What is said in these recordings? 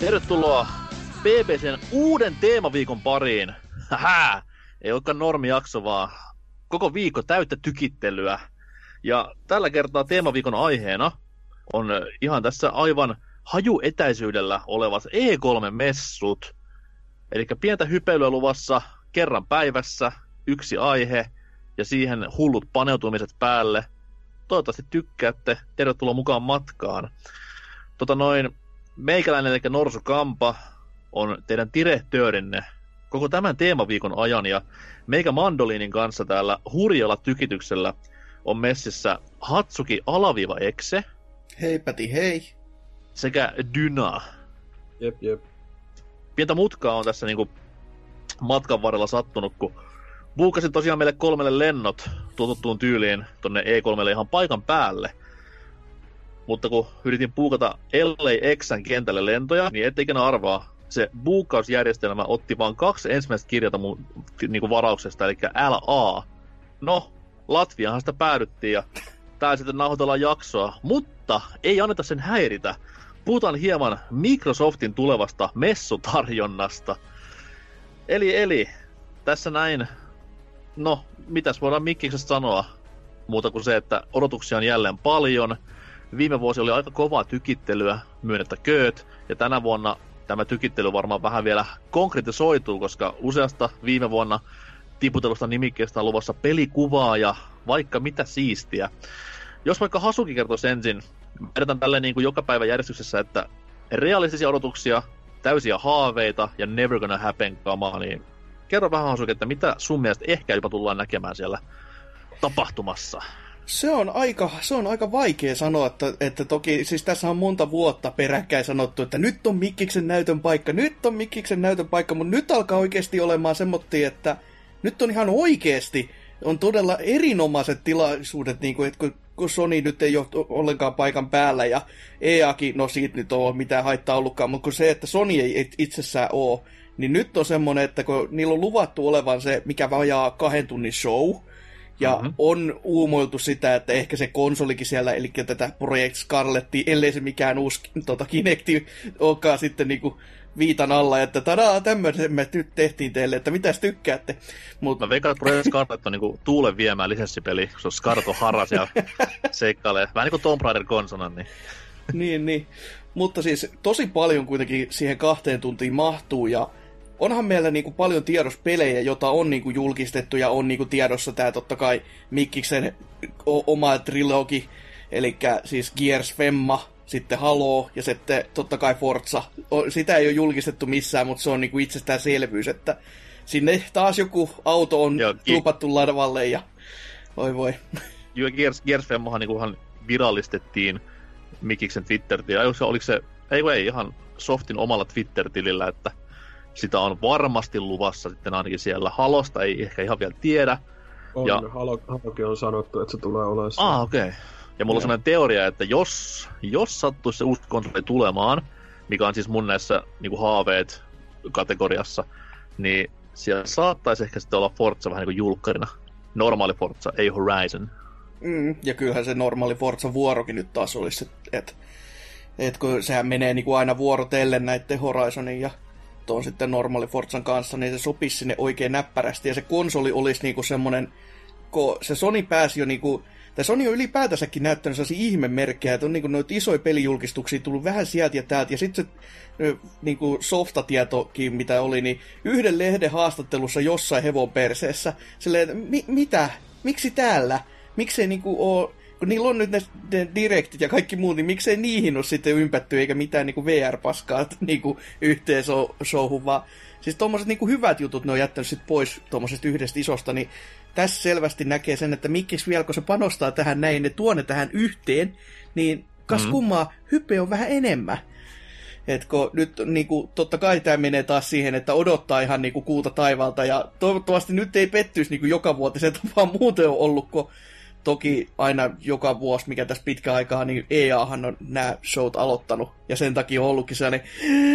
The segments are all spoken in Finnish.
Tervetuloa BBCn uuden teemaviikon pariin. Hähä! Ei olekaan normijakso, vaan koko viikko täyttä tykittelyä. Ja tällä kertaa teemaviikon aiheena on ihan tässä aivan hajuetäisyydellä olevat E3-messut. Eli pientä hypeilyä luvassa kerran päivässä, yksi aihe ja siihen hullut paneutumiset päälle. Toivottavasti tykkäätte. Tervetuloa mukaan matkaan. Meikäläinen eli Norsu Kampa on teidän direktöörinne koko tämän teemaviikon ajan ja meikä mandoliinin kanssa täällä hurjalla tykityksellä on messissä Hatsuki _Exe. Heipäti hei. Sekä Dyna. Jep. Pientä mutkaa on tässä niinku matkan varrella sattunut, kun buukasin tosiaan meille 3 lennot totuttuun tyyliin tonne E3 ihan paikan päälle. Mutta kun yritin buukata LAXn kentälle lentoja, niin ette ikinä arvaa. Se buukkausjärjestelmä otti vaan 2 ensimmäistä kirjata mun niinku varauksesta, eli LA. No, Latviahan sitä päädyttiin ja täällä sitten nauhoitellaan jaksoa, mutta ei anneta sen häiritä. Puhutaan hieman Microsoftin tulevasta messutarjonnasta. Eli, tässä näin, no, mitäs voidaan Mikkiksestä sanoa? Muuta kuin se, että odotuksia on jälleen paljon. Viime vuosi oli aika kovaa tykittelyä, myönnettäkööt, ja tänä vuonna tämä tykittely varmaan vähän vielä konkretisoituu, koska useasta viime vuonna tiputelusta nimikkeestä on luvassa pelikuvaa ja vaikka mitä siistiä. Jos vaikka Hasuki kertoisi ensin, vedetään tälleen niin kuin joka päivä järjestyksessä, että realistisia odotuksia, täysiä haaveita ja never gonna happen kamaa, niin kerro vähän Hasuki, että mitä sun mielestä ehkä jopa tullaan näkemään siellä tapahtumassa? Se on aika vaikea sanoa, että toki, siis tässä on monta vuotta peräkkäin sanottu, että nyt on Mikkiksen näytön paikka, mutta nyt alkaa oikeasti olemaan semmoinen, että nyt on ihan oikeasti, on todella erinomaiset tilaisuudet, niin kuin, että kun Sony nyt ei ole ollenkaan paikan päällä ja EAkin, no siitä nyt on mitään haittaa ollutkaan, mutta kun se, että Sony ei itsessään ole, niin nyt on semmoinen, että kun niillä on luvattu olevan se, mikä vajaa 2 tunnin show, ja on uumoiltu sitä, että ehkä se konsolikin siellä, eli tätä Project Scarlettia, ellei se mikään uusi Kinecti olekaan sitten niinku viitan alla, että tadaa, tämmöisen me nyt tehtiin teille, että mitäs tykkäätte. Mä veikkaan, että Project Scarlet on niinku tuulen viemään lisenssipeli, kun se on Scarlet on haras ja seikkailee. Vähän niin kuin Tomb Raider konsona, niin. niin. Mutta siis tosi paljon kuitenkin siihen 2 tuntiin mahtuu, ja onhan meillä niinku paljon tiedossa pelejä, jota on niinku julkistettu ja on niinku tiedossa tää totta kai Mikkiksen oma trilogi, eli siis Gears Femma, sitten Halo ja sitten totta kai Forza. Sitä ei ole julkistettu missään, mutta se on niinku itsestäänselvyys, että sinne taas joku auto on tuupattu lavalle ja voi. Joo, Gears Femmahan niinku virallistettiin Mikkiksen Twitter-tilillä. Oliko se, ei ihan Softin omalla Twitter-tilillä, että sitä on varmasti luvassa sitten ainakin siellä. Halosta ei ehkä ihan vielä tiedä. Halokin on sanottu, että se tulee olemaan. Okei. Ja mulla on sellainen teoria, että jos sattuisi se uusi konsoli tulemaan, mikä on siis mun näissä niin haaveet kategoriassa, niin siellä saattaisi ehkä sitten olla Forza vähän niin kuin julkkarina. Normaali Forza, ei Horizon. Ja kyllähän se normaali Forza-vuorokin nyt taas olisi, että kun sehän menee niin kuin aina vuorotellen näiden Horizonin ja tuon sitten normaali Forzan kanssa, niin se sopisi sinne oikein näppärästi, ja se konsoli olisi niinku semmoinen, kun se Sony pääsi jo niinku, tai Sony on ylipäätänsäkin näyttänyt sellaisia ihmemerkkejä, että on niinku noita isoja pelijulkistuksia tullut vähän sieltä ja täältä, ja sitten se niinku softatietokin, mitä oli, niin yhden lehden haastattelussa jossain hevon perseessä, silleen, mitä? Miksi täällä? Miksei niinku oo, kun niillä on nyt ne direktit ja kaikki muut, niin miksei niihin ole sitten ympätty, eikä mitään niinku VR-paskaa niinku yhteen showhun, vaan siis tommoset niinku hyvät jutut ne on jättänyt sit pois tommosesta yhdestä isosta, niin tässä selvästi näkee sen, että mikkis vielä, kun se panostaa tähän näin, ne tuo ne tähän yhteen, niin kas kummaa, hype on vähän enemmän. Etkö nyt niinku, totta kai tämä menee taas siihen, että odottaa ihan niinku kuuta taivaalta, ja toivottavasti nyt ei pettyisi niinku joka vuotiseen tapaan muuten on ollut, kun toki aina joka vuosi, mikä tässä pitkä aikaa, niin EAhan on nämä showt aloittanut. Ja sen takia on ollutkin sellainen,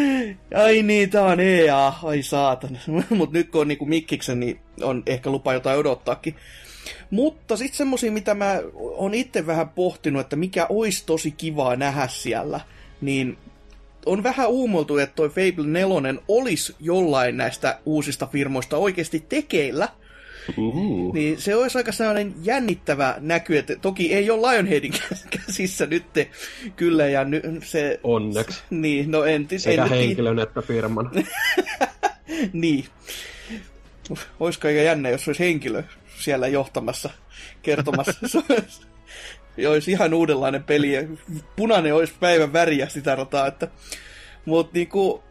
ai niin, tää on EA, ai saatana. Mutta nyt kun on niinku Mikkiksen, niin on ehkä lupa jotain odottaakin. Mutta sitten semmosia, mitä mä oon itse vähän pohtinut, että mikä olisi tosi kivaa nähdä siellä, niin on vähän uumoiltu, että toi Fable 4 olisi jollain näistä uusista firmoista oikeasti tekeillä. Niin se olisi aika sellainen jännittävä näky, että toki ei ole Lionheadin käsissä nyt kyllä. Ja se, onneksi. Niin, no sekä henkilön että firman. Niin. Olisiko aika jännä, jos olisi henkilö siellä johtamassa, kertomassa. Olisi ihan uudenlainen peli. Punainen olisi päivän väriä sitä rataa. Mutta niinku,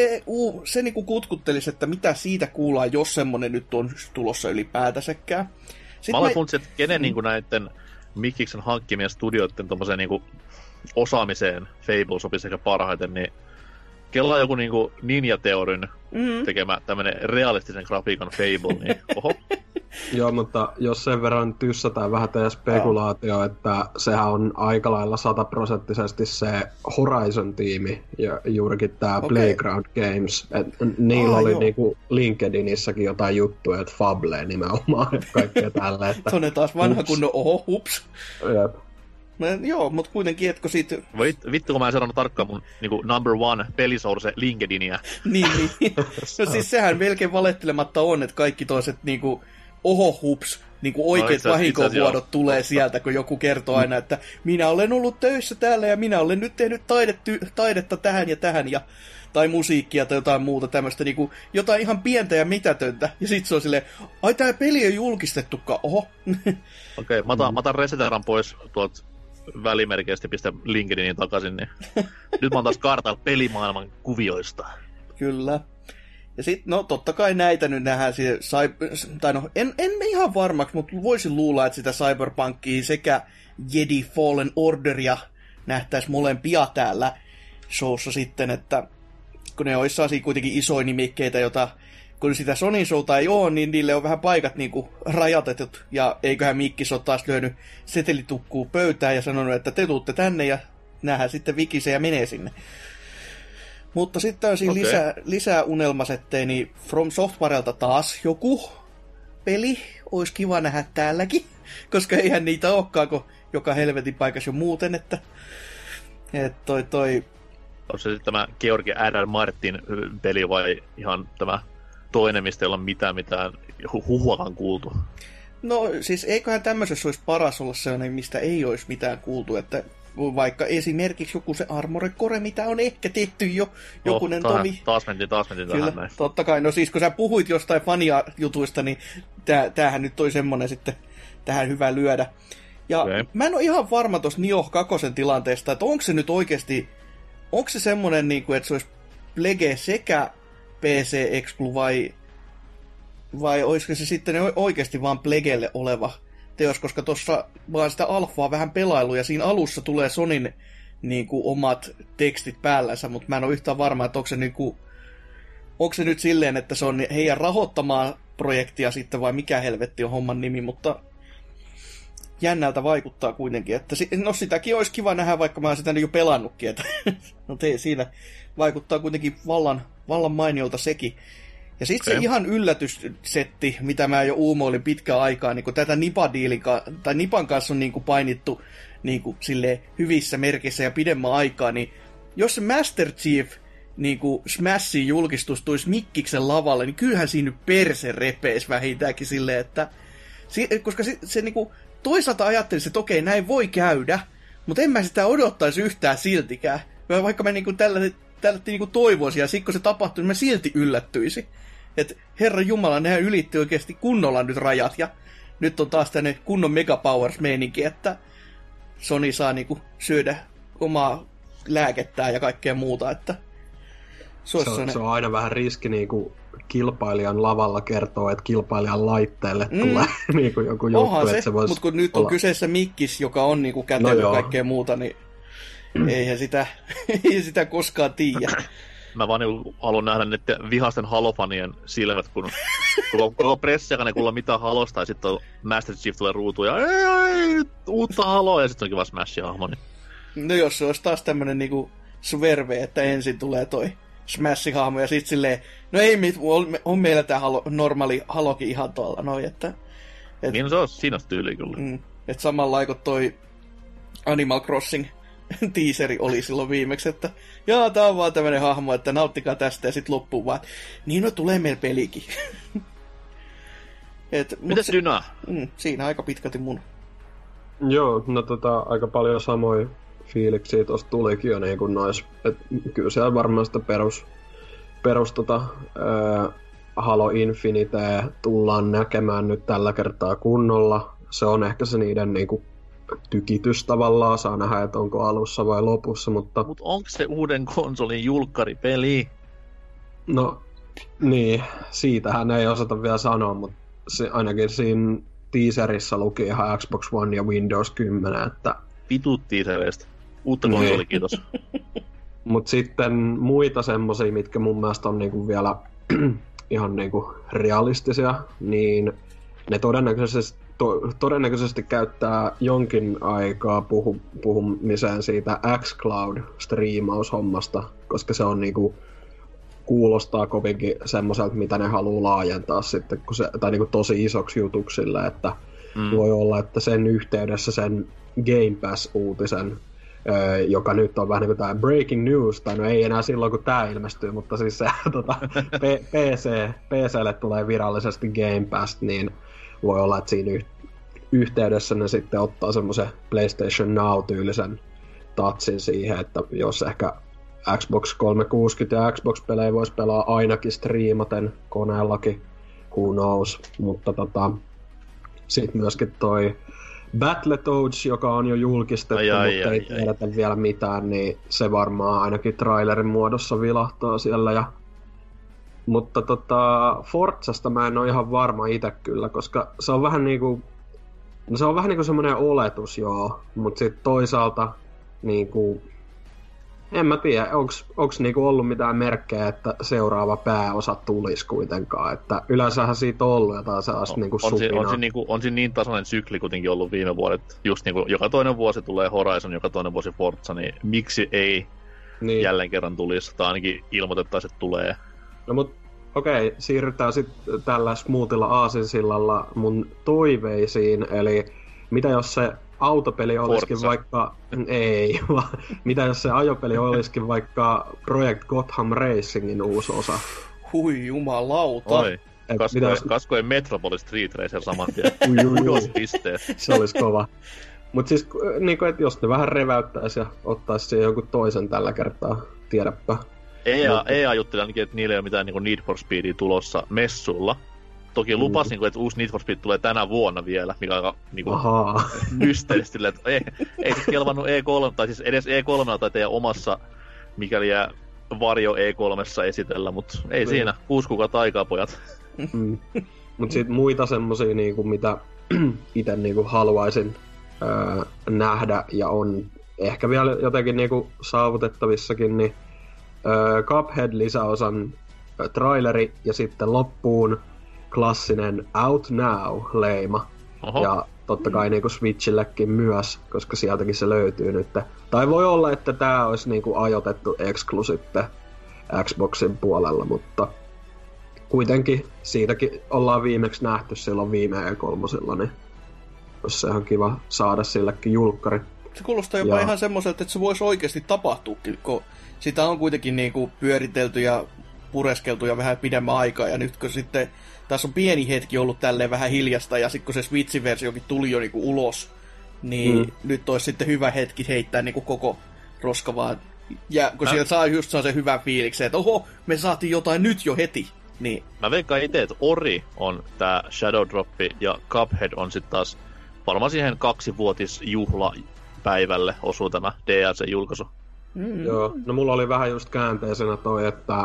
se niinku kutkuttelisi, että mitä siitä kuullaan, jos semmonen nyt on tulossa ylipäätänsäkään. Mä olen funtsin, että kenen niinku näiden Mikkiksen hankkimien studioiden tommoseen niinku osaamiseen Fable sopisi ehkä parhaiten, niin kellaan joku niinku Ninja Theorin tekemä tämmönen realistisen grafiikan Fable, niin oho. Joo, mutta jos sen verran tyssätään vähän teidän spekulaatio, että sehän on aika lailla 100% se Horizon-tiimi ja juurikin tää Playground Games. Niillä oli niinku LinkedInissäkin jotain juttuja, että Fable nimenomaan ja kaikkea tällä. Tuonne taas vanha kunnon hups. Jep. Joo, mutta kuitenkin, etkö siitä... Vittu, kun mä en sanonut tarkkaan mun niinku number one pelisource LinkedInia. Niin. No siis sehän melkein valettelematta on, että kaikki toiset niinku hups, niinku oikeat vahinkovuodot tulee sieltä, kun joku kertoo aina, että minä olen ollut töissä täällä ja minä olen nyt tehnyt taidetta tähän ja tähän tai musiikkia tai jotain muuta tämmöistä, niinku jotain ihan pientä ja mitätöntä. Ja sit se on silleen, ai tää peli ei julkistettukaan, Okei, mä otan reseteran pois tuolta välimerkeistä, pistä LinkedInin takaisin, niin nyt mä oon taas kartalla pelimaailman kuvioista. Kyllä. Ja sit, no totta kai näitä nyt nähdään, tai no en ihan varmaksi, mutta voisin luulla, että sitä Cyberpunkia sekä Jedi Fallen Orderia nähtäisi molempia täällä showssa sitten, että kun ne olisi sellaisia kuitenkin isoja nimikkeitä, jota kun sitä Sonyn showta ei ole, niin niille on vähän paikat niinku rajatetut, ja eiköhän Mikkis ole taas lyönyt setelitukkuu pöytään ja sanonut, että te tuutte tänne, ja nähdään sitten vikisee ja menee sinne. Mutta sitten on siinä lisää unelmasettejä, niin From Softwarelta taas joku peli, olisi kiva nähdä täälläkin, koska eihän niitä olekaan, kun joka helvetin paikassa jo muuten, että toi... On se sitten tämä Georgi R.R. Martin peli vai ihan tämä toinen, mistä ei ole mitään huhuakaan kuultu? No siis eiköhän tämmöisessä olisi paras olla sellainen, mistä ei olisi mitään kuultu, että vaikka esimerkiksi joku se Armored Core, mitä on ehkä tehty jo, jokunen tovi. Taas mentiin tähän näin. Totta kai, no siis kun sä puhuit jostain fania-jutuista, niin tämähän nyt toi semmonen sitten tähän hyvä lyödä. Ja mä en ole ihan varma tuossa Nioh 2 tilanteesta, että onko se nyt oikeasti, onko se semmonen, niin kuin, että se olisi Plege sekä PC-exclu vai olisiko se sitten oikeasti vaan Plegelle oleva teos, koska tuossa vaan sitä alfaa vähän pelailu ja siinä alussa tulee Sonyn niin kuin, omat tekstit päällänsä, mutta mä en ole yhtään varma, että onko se nyt silleen, että se on heidän rahoittamaa projektia sitten vai mikä helvetti on homman nimi, mutta jännältä vaikuttaa kuitenkin, että no sitäkin olisi kiva nähdä, vaikka mä oon sitä jo pelannutkin, että no siinä vaikuttaa kuitenkin vallan mainiolta sekin. Ja sitten se ihan yllätyssetti, mitä mä jo uumoilin pitkään aikaa, niin kun tätä Nipan kanssa on niin kuin painittu niin kuin silleen hyvissä merkissä ja pidemmän aikaa, niin jos se Master Chief niin kuin Smashin julkistus tulisi Mikkiksen lavalle, niin kyllähän siinä nyt perse repeisi vähintäänkin silleen, että koska se niin kuin toisaalta ajattelisi, että okei, näin voi käydä, mutta en mä sitä odottaisi yhtään siltikään. Vaikka mä niin kuin tällä niin kuin toivoisin, ja sitten kun se tapahtui, niin mä silti yllättyisin. Että Herran Jumala, nehän ylitti oikeasti kunnolla nyt rajat, ja nyt on taas tänne kunnon megapowers-meininki, että Sony saa niinku syödä omaa lääkettään ja kaikkea muuta, että se on aina vähän riski niinku kilpailijan lavalla kertoo, että kilpailijan laitteelle tulee niinku joku juttu, että se voisi mutta kun nyt on kyseessä Mikkis, joka on niinku kätellyt kaikkea muuta, niin eihän sitä koskaan tiedä. Mä vaan haluan nähdä niiden vihasten Halo-fanien silmät, kun koko pressi ei kuulla mitään Halosta, ja sitten Master Chief tulee ruutuun, ja ei, uutta Haloa, ja sitten onkin vaan Smash-hahmo. Niin. No jos se olisi taas tämmönen niinku swerve, että ensin tulee toi Smash-hahmo, ja sitten silleen, no ei, on meillä tää normaali Halokin ihan tuolla, noin, että... Niin se on siinä tyyli kyllä. Että samanlainen kuin toi Animal Crossing teaseri oli silloin viimeksi, että jaa, tää on vaan tämmönen hahmo, että nauttikaa tästä ja sit loppuu vaan, niin no tulee meillä pelikin. Mitäs Dyna? Siinä aika pitkälti mun. Joo, no aika paljon samoja fiiliksiä tosta tulikin jo niin kuin nois. Et kyllä siellä varmaan sitä perus Halo Infinite tullaan näkemään nyt tällä kertaa kunnolla. Se on ehkä se niiden niinku tykitys tavallaan, saa nähdä, että onko alussa vai lopussa, mutta... Mut onko se uuden konsolin julkkaripeli? No, niin, siitähän ei osata vielä sanoa, mutta se, ainakin siinä teaserissa luki ihan Xbox One ja Windows 10, että... Vitut teasereista. Uutta konsoli, kiitos. Mut sitten muita semmosia, mitkä mun mielestä on niinku vielä ihan niinku realistisia, niin ne todennäköisesti käyttää jonkin aikaa puhumiseen siitä xCloud-striimaushommasta, koska se on niinku, kuulostaa kovinkin semmoiselta, mitä ne haluaa laajentaa sitten, kun se, tai niinku tosi isoksi jutuksi sille, että voi olla, että sen yhteydessä sen Game Pass-uutisen, joka nyt on vähän niin kuin tämä breaking news, tai no ei enää silloin, kun tämä ilmestyy, mutta siis se PClle tulee virallisesti Game Pass, niin voi olla, että siinä yhteydessä ne sitten ottaa semmoisen PlayStation Now-tyylisen touchin siihen, että jos ehkä Xbox 360 ja Xbox-pelejä voisi pelaa ainakin striimaten koneellakin, who knows, mutta sitten myöskin toi Battletoads, joka on jo julkistettu, mutta ei tiedetä vielä mitään, niin se varmaan ainakin trailerin muodossa vilahtaa siellä. Mutta Forzasta mä en ole ihan varma itse kyllä, koska se on vähän niinku... No se on vähän niinku semmoinen oletus, joo, mutta sitten toisaalta niinku... En mä tiedä, onks niinku ollut mitään merkkejä, että seuraava pääosa tulisi kuitenkaan, että yleensähän siitä on ollut jotain sellaista niinku supinaa. On siinä niin tasainen sykli kuitenkin ollut viime vuodet, just niinku joka toinen vuosi tulee Horizon, joka toinen vuosi Forza, niin miksi ei jälleen kerran tulisi, tai ainakin ilmoitettaisiin, että tulee. No mut okei, siirrytään sitten tällä smoothilla aasinsillalla mun toiveisiin, eli mitä jos se autopeli olisikin Forza. vaikka... Ei, vaan mitä jos se ajopeli olisikin vaikka Project Gotham Racingin uusi osa? Hui jumalauta. Oi, kaskojen Metropolis Street Racer saman tien. Pisteet. Se olisi kova. Mut siis, niinku, että jos ne vähän reväyttäisi ja ottaisi siihen jonkun toisen tällä kertaa, tiedäpä. EA jutteli ainakin, että niillä ei ole mitään niin Need for Speedia tulossa messulla. Toki lupas, niin kuin, että uusi Need for Speed tulee tänä vuonna vielä, mikä on niin mysteerisesti, että ei se kelvannut E3, tai siis edes E3 tai teidän omassa, mikäli jää varjo E3 esitellä, mutta ei siinä, 6 kuukautta aikaa, pojat. Mutta sitten muita semmosia, niinku, mitä itse niinku haluaisin nähdä, ja on ehkä vielä jotenkin niinku saavutettavissakin, niin Cuphead-lisäosan traileri, ja sitten loppuun klassinen Out Now-leima. Oho. Ja totta kai niinku Switchillekin myös, koska sieltäkin se löytyy nyt. Tai voi olla, että tää olisi niinku ajoitettu exclusive Xboxin puolella, mutta kuitenkin siitäkin ollaan viimeksi nähty silloin viime E3, niin olisi se ihan kiva saada sillekin julkkari. Se kuulostaa jopa ihan semmoiselta, että se voisi oikeasti tapahtuukin, kun sitä on kuitenkin niinku pyöritelty ja pureskeltu ja vähän pidemmän aikaa, ja nyt kun sitten tässä on pieni hetki ollut tälleen vähän hiljasta, ja sitten kun se Switch-versiokin tuli jo niinku ulos, niin nyt olisi sitten hyvä hetki heittää niinku koko roska vaan. Ja kun sieltä saa just se hyvä fiiliksen, että oho, me saatiin jotain nyt jo heti. Niin. Mä veikkaan itse, että Ori on tää Shadow Drop, ja Cuphead on sitten taas varmaan siihen 2-vuotisjuhlapäivälle osuu tämä DLC-julkaisu. Joo, no mulla oli vähän just käänteisenä toi, että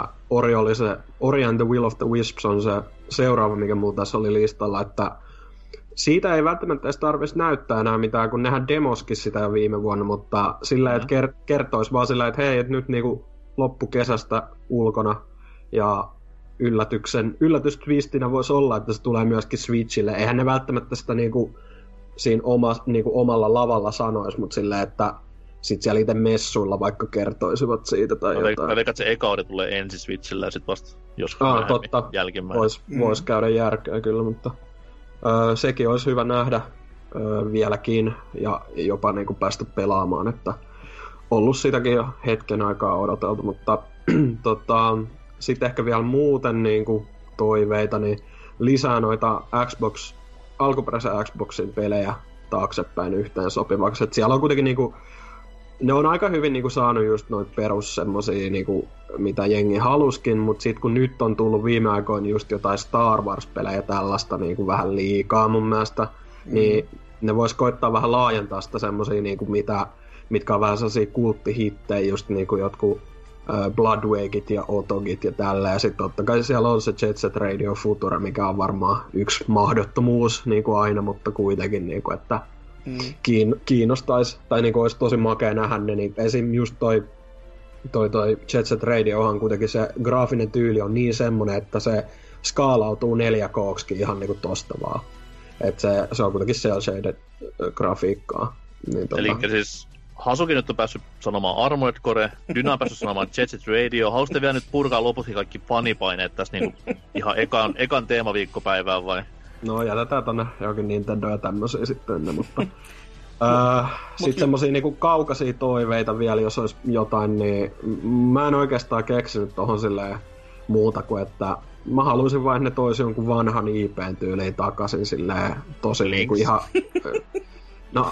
Ori and the Will of the Wisps on se seuraava, mikä mulla tässä oli listalla, että siitä ei välttämättä edes tarvitsisi näyttää enää mitään, kun nehän demoskin sitä jo viime vuonna, mutta sillä että kertoisi vaan sillä, että hei, että nyt niinku loppukesästä ulkona, ja yllätystwistinä voisi olla, että se tulee myöskin Switchille. Eihän ne välttämättä sitä niinku siinä omalla lavalla sanoisi, mutta silleen, että sit siellä itse messuilla vaikka kertoisivat siitä tai jotain. Mä veikkaan, että se eka tulee ensin Switchillä ja sit vasta joskus jälkimmäinen. Vois käydä järkeä kyllä, mutta sekin olisi hyvä nähdä vieläkin ja jopa niinku päästä pelaamaan, että ollut sitäkin jo hetken aikaa odoteltu, mutta sitten ehkä vielä muuten niin kuin toiveita, niin lisää noita alkuperäisen Xboxin pelejä taaksepäin yhteen sopivaksi. Et siellä on kuitenkin niinku, ne on aika hyvin niinku saanut just noita perus semmosia niinku, mitä jengi haluskin, mutta sit kun nyt on tullut viime aikoina just jotain Star Wars-pelejä tällaista niinku vähän liikaa mun mielestä, niin ne vois koittaa vähän laajentaa sitä semmosia niinku mitkä on vähän sellaisia kulttihittejä, just niinku jotkut Bloodwakeit ja Otogit ja tällä, ja sitten totta kai siellä on se Jet Set Radio Future, mikä on varmaan yksi mahdottomuus niin kuin aina, mutta kuitenkin, niin kuin, että kiinnostaisi, tai niin kuin olisi tosi makea nähdä ne, niin esim. Just toi Jet Set Radiohan kuitenkin se graafinen tyyli on niin semmonen, että se skaalautuu 4K:ksikin ihan niin kuin tosta vaan. Että se on kuitenkin cel-shaded grafiikkaa. Niin, eli siis Hasuki nyt on päässyt sanomaan Armored Core, Dyna on päässyt sanomaan Jet Set Radio. Haluaisitte vielä nyt purkaa lopuksi kaikki fanipaineet tässä niinku ihan ekan teemaviikkopäivään vai? No jätetään tonne johonkin Nintendo ja tämmösiä sitten, mutta sitten semmosia niinku kaukaisia toiveita vielä, jos olisi jotain, niin mä en oikeastaan keksinyt tohon silleen muuta kuin, että mä haluaisin vain, että ne toisi jonkun vanhan IP:n tyyliin takaisin silleen tosi niinku ihan no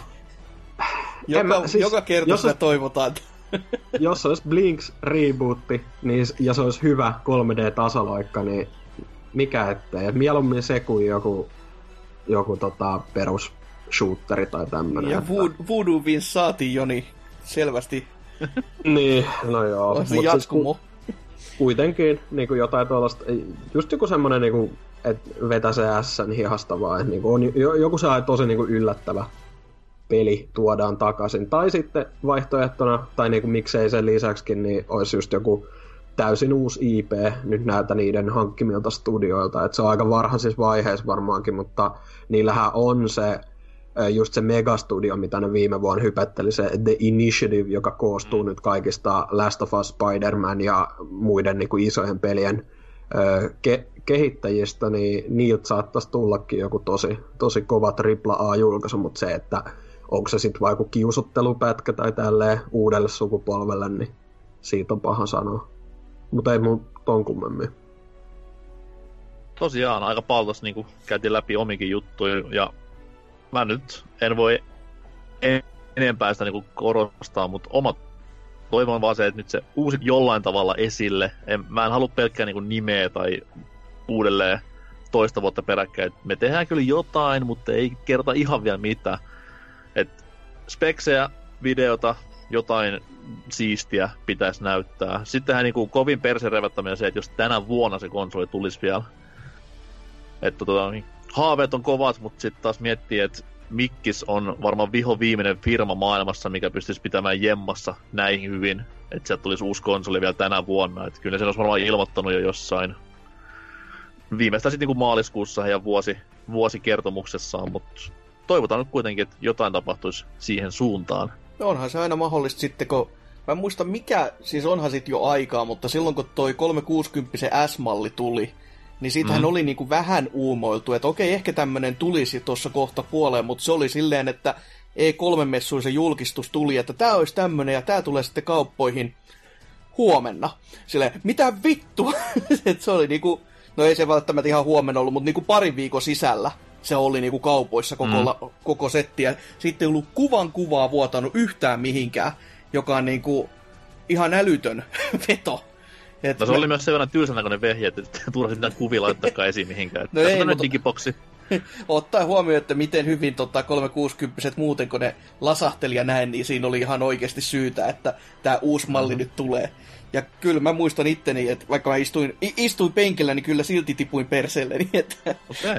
joka kerta sitä toivotaan. Jos olisi Blinks rebootti niin, ja se olisi hyvä 3D-tasaloikka, niin mikä ettei. Et mieluummin se kuin joku perus shooteri tai tämmönen. Ja Voodoo Vince saatiin jo, niin selvästi. Niin, no joo. On se jatkumo. Siis, kuitenkin niin kuin jotain tuollaista, just joku semmonen, niin kuin, että vetä se S:n hihasta vaan. Niin on joku sellainen tosi niin kuin yllättävä peli tuodaan takaisin. Tai sitten vaihtoehtona, tai niinku miksei sen lisäksikin, niin olisi just joku täysin uusi IP nyt näiltä niiden hankkimilta studioilta. Et se on aika varhaisissa vaiheissa varmaankin, mutta niillähän on se just se megastudio, mitä ne viime vuonna hypetteli, se The Initiative, joka koostuu nyt kaikista Last of Us, Spider-Man ja muiden niinku isojen pelien kehittäjistä, niin niiltä saattaisi tullakin joku tosi kova AAA-julkaisu, mutta se, että onko se sitten vaikka kiusuttelupätkä tai tälleen uudelle sukupolvelle, niin siitä on paha sanoa. Mutta ei mun ton kummemmin. Tosiaan, aika paljon tossa niinku käytiin läpi ominkin juttuja, ja mä nyt en voi enempää sitä niinku korostaa, mutta omat toivon vaan se, että nyt se uusi jollain tavalla esille. Mä en halua pelkkää niinku nimeä tai uudelleen toista vuotta peräkkäin. Me tehdään kyllä jotain, mutta ei kerta ihan vielä mitään. Et speksejä, videota, jotain siistiä pitäisi näyttää. Sittenhän niinku kovin perserevättäminen se, että jos tänä vuonna se konsoli tulisi vielä. Että haaveet on kovat, mutta sitten taas miettii, että Mikkis on varmaan vihoviimeinen firma maailmassa, mikä pystyisi pitämään jemmassa näin hyvin, että sieltä tulisi uusi konsoli vielä tänä vuonna. Että kyllä sen olisi varmaan ilmoittanut jo jossain viimeistään sitten niin maaliskuussa heidän vuosikertomuksessaan, mutta toivotaan nyt kuitenkin, että jotain tapahtuisi siihen suuntaan. No onhan se aina mahdollista sitten, kun mä en muista mikä, siis onhan sit jo aikaa, mutta silloin kun toi 360 S-malli tuli, niin siitähän oli niinku vähän uumoiltu, että okei, ehkä tämmönen tulisi tuossa kohta puoleen, mutta se oli silleen, että E3-messuisen julkistus tuli, että tää olisi tämmönen ja tää tulee sitten kauppoihin huomenna. Silleen, mitä vittua? Et se oli niinku, no ei se välttämättä ihan huomenna ollut, mutta niinku parin viikon sisällä se oli niinku kaupoissa koko setti. Ja sitten ei ollut kuvaa vuotanut yhtään mihinkään, joka on niinku ihan älytön veto. No se oli myös sen verran tylsän näköinen vehje, että turhaisi mitään kuvia laittaakaan esiin mihinkään. No ei, mutta digiboksi. Ottaen huomioon, että miten hyvin 360 muuten, kun ne lasahteli ja näin, niin siinä oli ihan oikeasti syytä, että tämä uusi malli nyt tulee. Ja kyllä mä muistan itteni, että vaikka mä istuin penkillä, niin kyllä silti tipuin perseelleni. Okei.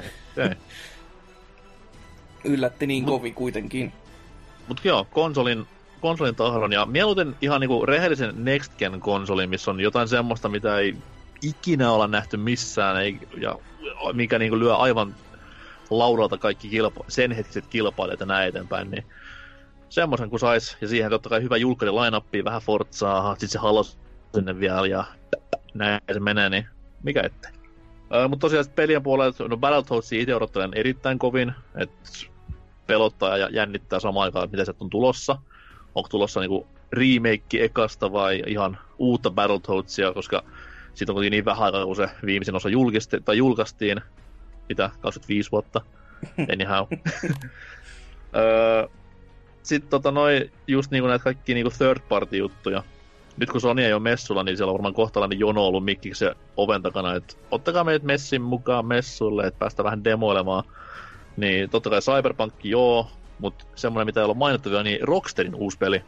Yllätti niin kovin kuitenkin. Mutta joo, konsolin tahdon ja mieluiten ihan niinku rehellisen Next Gen konsolin, missä on jotain semmoista, mitä ei ikinä olla nähty missään, ja mikä niinku lyö aivan laudalta kaikki sen hetkiset kilpailijat ja näin eteenpäin, niin semmoisen kun sais, ja siihen totta kai hyvä julkari line-upia, vähän Forzaa, sit se Halos sinne vielä, ja näin se menee, niin mikä ettei. Mutta tosiaan pelien puolella, no Battletoadsia itse odottelen erittäin kovin, että pelottaa ja jännittää samaan aikaan, että mitä sieltä on tulossa. Onko tulossa niinku remake ekasta vai ihan uutta Battletoadsia, koska siitä on kuitenkin niin vähän aikaa, kun se viimeisin osa julkaistiin. Mitä? 25 vuotta? Anyhow. Sitten just niinku näitä kaikki niinku third party juttuja. Nyt kun Sony ei ole messulla, niin siellä on varmaan kohtalainen jono ollut mikkiksi oven takana, että ottakaa meidät messin mukaan messulle, että päästään vähän demoilemaan. Niin totta kai Cyberpunk joo, mutta semmoinen mitä ei ole mainittu vielä, niin Rocksteadin uusi peli.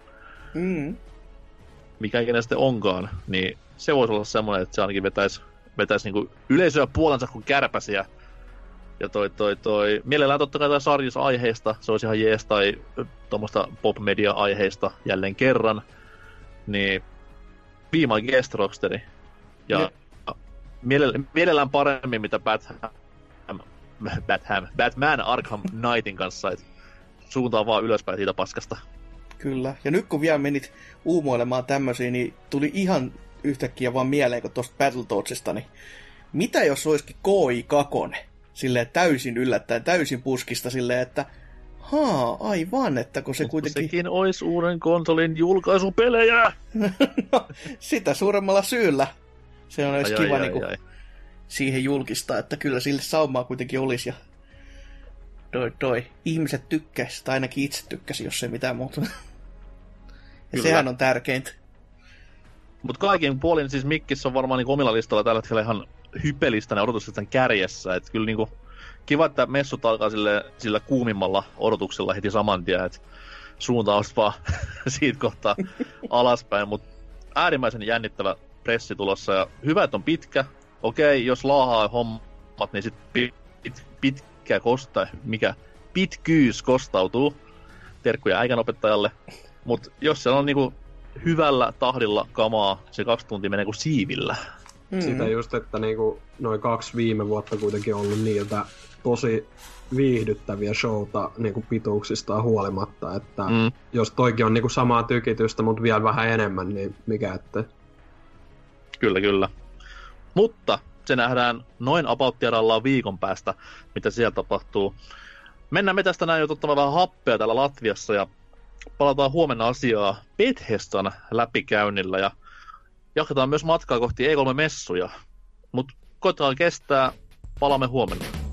Mikä ikinä sitten onkaan, niin se voisi olla semmoinen, että se ainakin vetäisi niinku yleisöä puolensa kuin kärpäsiä. Ja mielellään totta kai sarjisaiheista, se olisi ihan jees, tai tuommoista pop-media-aiheista jälleen kerran. Niin be my guest, Rocksteady. Ja mielellään paremmin, mitä Batman Arkham Knightin kanssa, että suuntaan vaan ylöspäin siitä paskasta. Kyllä, ja nyt kun vielä menit uumoilemaan tämmöisiä, niin tuli ihan yhtäkkiä vaan mieleen, kun tuosta Battletoadsista, niin mitä jos olisikin KI2? Silleen täysin yllättäen, täysin puskista silleen, että aivan, että kun se mutta kuitenkin... sekin olisi uuden konsolin julkaisupelejä! No, sitä suuremmalla syyllä. Se on kiva niinku siihen julkistaa, että kyllä sille saumaa kuitenkin olisi. Ja ihmiset tykkäsi, tai ainakin itse tykkäsi, jos ei mitään muuta. Ja sehän on tärkeintä. Mutta kaikin puolin siis Mikkissä on varmaan niinku omilla listalla tällä hetkellä ihan hypelistänä odotuslistan kärjessä. Et kyllä niinku kiva, että messut alkaa sillä kuumimmalla odotuksella heti saman tien, että suunta olisi vaan siitä kohtaa alaspäin. Mutta äärimmäisen jännittävä pressi tulossa ja hyvä, että on pitkä. Okei, jos laahaa hommat, niin sitten pitkyys kostautuu. Terkkuja äikänopettajalle. Mutta jos se on niinku hyvällä tahdilla kamaa, se 2 tuntia menee kuin siivillä. Sitä just, että niinku noin 2 viime vuotta kuitenkin ollut niiltä tosi viihdyttäviä showta niinku pituuksistaan huolimatta, että jos toikin on niinku samaa tykitystä, mutta vielä vähän enemmän, niin mikä ettei. Kyllä. Mutta se nähdään noin about-tiedallaan viikon päästä, mitä siellä tapahtuu. Mennään me tästä näin jo tottamaan vähän happea täällä Latviassa ja palataan huomenna asiaa Bethesdan läpikäynnillä ja jatketaan myös matkaa kohti E3-messuja. Mutta koetaan kestää, palaamme huomenna.